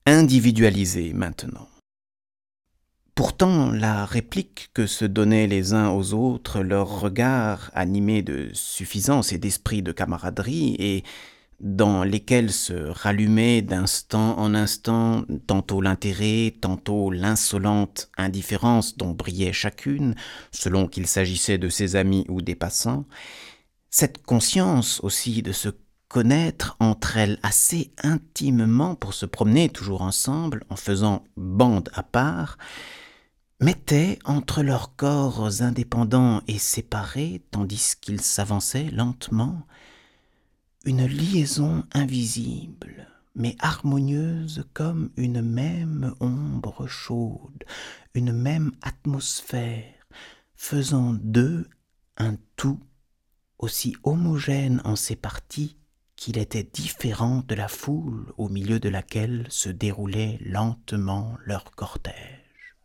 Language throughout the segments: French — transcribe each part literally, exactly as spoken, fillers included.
individualisé maintenant. Pourtant, la réplique que se donnaient les uns aux autres, leurs regards animés de suffisance et d'esprit de camaraderie, et dans lesquels se rallumait d'instant en instant tantôt l'intérêt, tantôt l'insolente indifférence dont brillait chacune, selon qu'il s'agissait de ses amis ou des passants, cette conscience aussi de se connaître entre elles assez intimement pour se promener toujours ensemble en faisant bande à part, mettait entre leurs corps indépendants et séparés, tandis qu'ils s'avançaient lentement, une liaison invisible, mais harmonieuse comme une même ombre chaude, une même atmosphère, faisant d'eux un tout aussi homogène en ses parties qu'il était différent de la foule au milieu de laquelle se déroulait lentement leur cortège.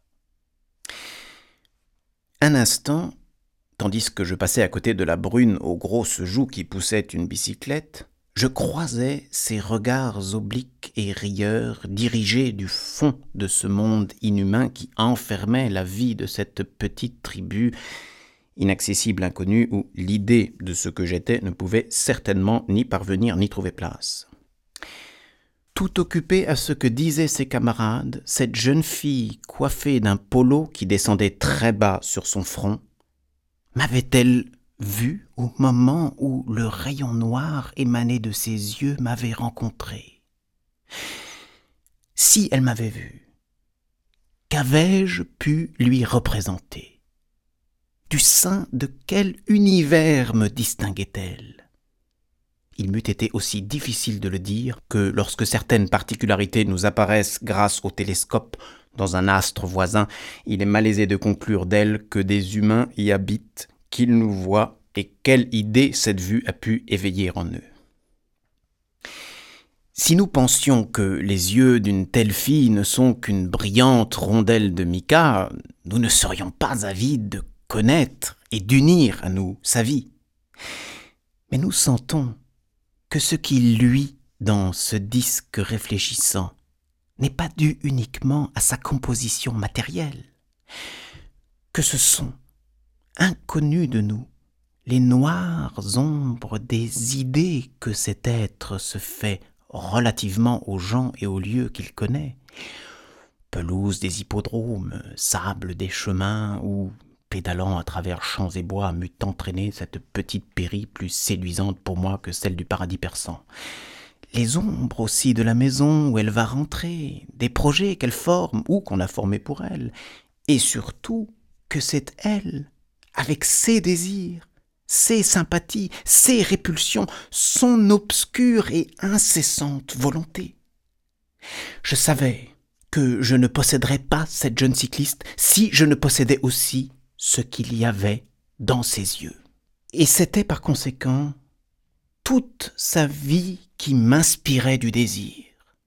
Un instant, tandis que je passais à côté de la brune aux grosses joues qui poussait une bicyclette, je croisais ces regards obliques et rieurs dirigés du fond de ce monde inhumain qui enfermait la vie de cette petite tribu, inaccessible inconnue où l'idée de ce que j'étais ne pouvait certainement ni parvenir ni trouver place. Tout occupée à ce que disaient ses camarades, cette jeune fille coiffée d'un polo qui descendait très bas sur son front, m'avait-elle vu au moment où le rayon noir émané de ses yeux m'avait rencontré? Si elle m'avait vu, qu'avais-je pu lui représenter? Du sein de quel univers me distinguait-elle? Il m'eût été aussi difficile de le dire que lorsque certaines particularités nous apparaissent grâce au télescope dans un astre voisin, il est malaisé de conclure d'elle que des humains y habitent, qu'ils nous voient et quelle idée cette vue a pu éveiller en eux. Si nous pensions que les yeux d'une telle fille ne sont qu'une brillante rondelle de mica, nous ne serions pas avides de connaître et d'unir à nous sa vie. Mais nous sentons que ce qui luit dans ce disque réfléchissant n'est pas dû uniquement à sa composition matérielle, que ce sont, inconnus de nous, les noires ombres des idées que cet être se fait relativement aux gens et aux lieux qu'il connaît, pelouse des hippodromes, sable des chemins où, pédalant à travers champs et bois, m'eût entraîné cette petite pairie plus séduisante pour moi que celle du paradis persan. Les ombres aussi de la maison où elle va rentrer, des projets qu'elle forme ou qu'on a formés pour elle, et surtout que c'est elle, avec ses désirs, ses sympathies, ses répulsions, son obscure et incessante volonté. Je savais que je ne posséderais pas cette jeune cycliste si je ne possédais aussi ce qu'il y avait dans ses yeux. Et c'était par conséquent toute sa vie qui m'inspirait du désir.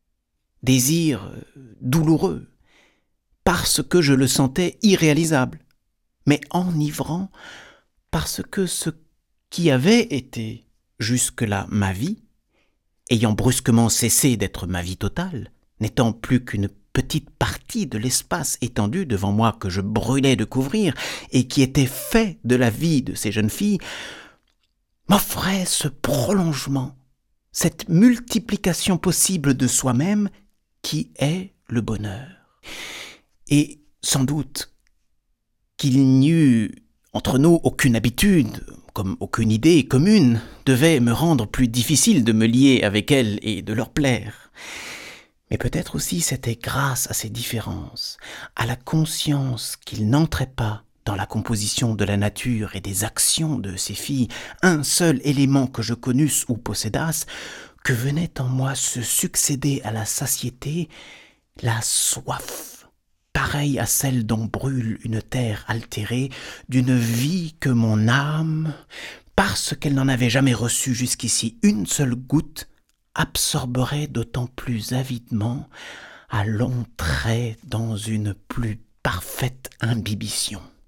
Désir douloureux, parce que je le sentais irréalisable, mais enivrant parce que ce qui avait été jusque-là ma vie, ayant brusquement cessé d'être ma vie totale, n'étant plus qu'une petite partie de l'espace étendu devant moi que je brûlais de couvrir et qui était fait de la vie de ces jeunes filles, m'offrait ce prolongement, cette multiplication possible de soi-même qui est le bonheur. Et sans doute qu'il n'y eut entre nous aucune habitude, comme aucune idée commune, devait me rendre plus difficile de me lier avec elles et de leur plaire. Mais peut-être aussi c'était grâce à ces différences, à la conscience qu'il n'entrait pas dans la composition de la nature et des actions de ces filles un seul élément que je connusse ou possédasse, que venait en moi se succéder à la satiété, la soif, pareille à celle dont brûle une terre altérée, d'une vie que mon âme, parce qu'elle n'en avait jamais reçu jusqu'ici une seule goutte, absorberait d'autant plus avidement à longs traits dans une plus parfaite imbibition.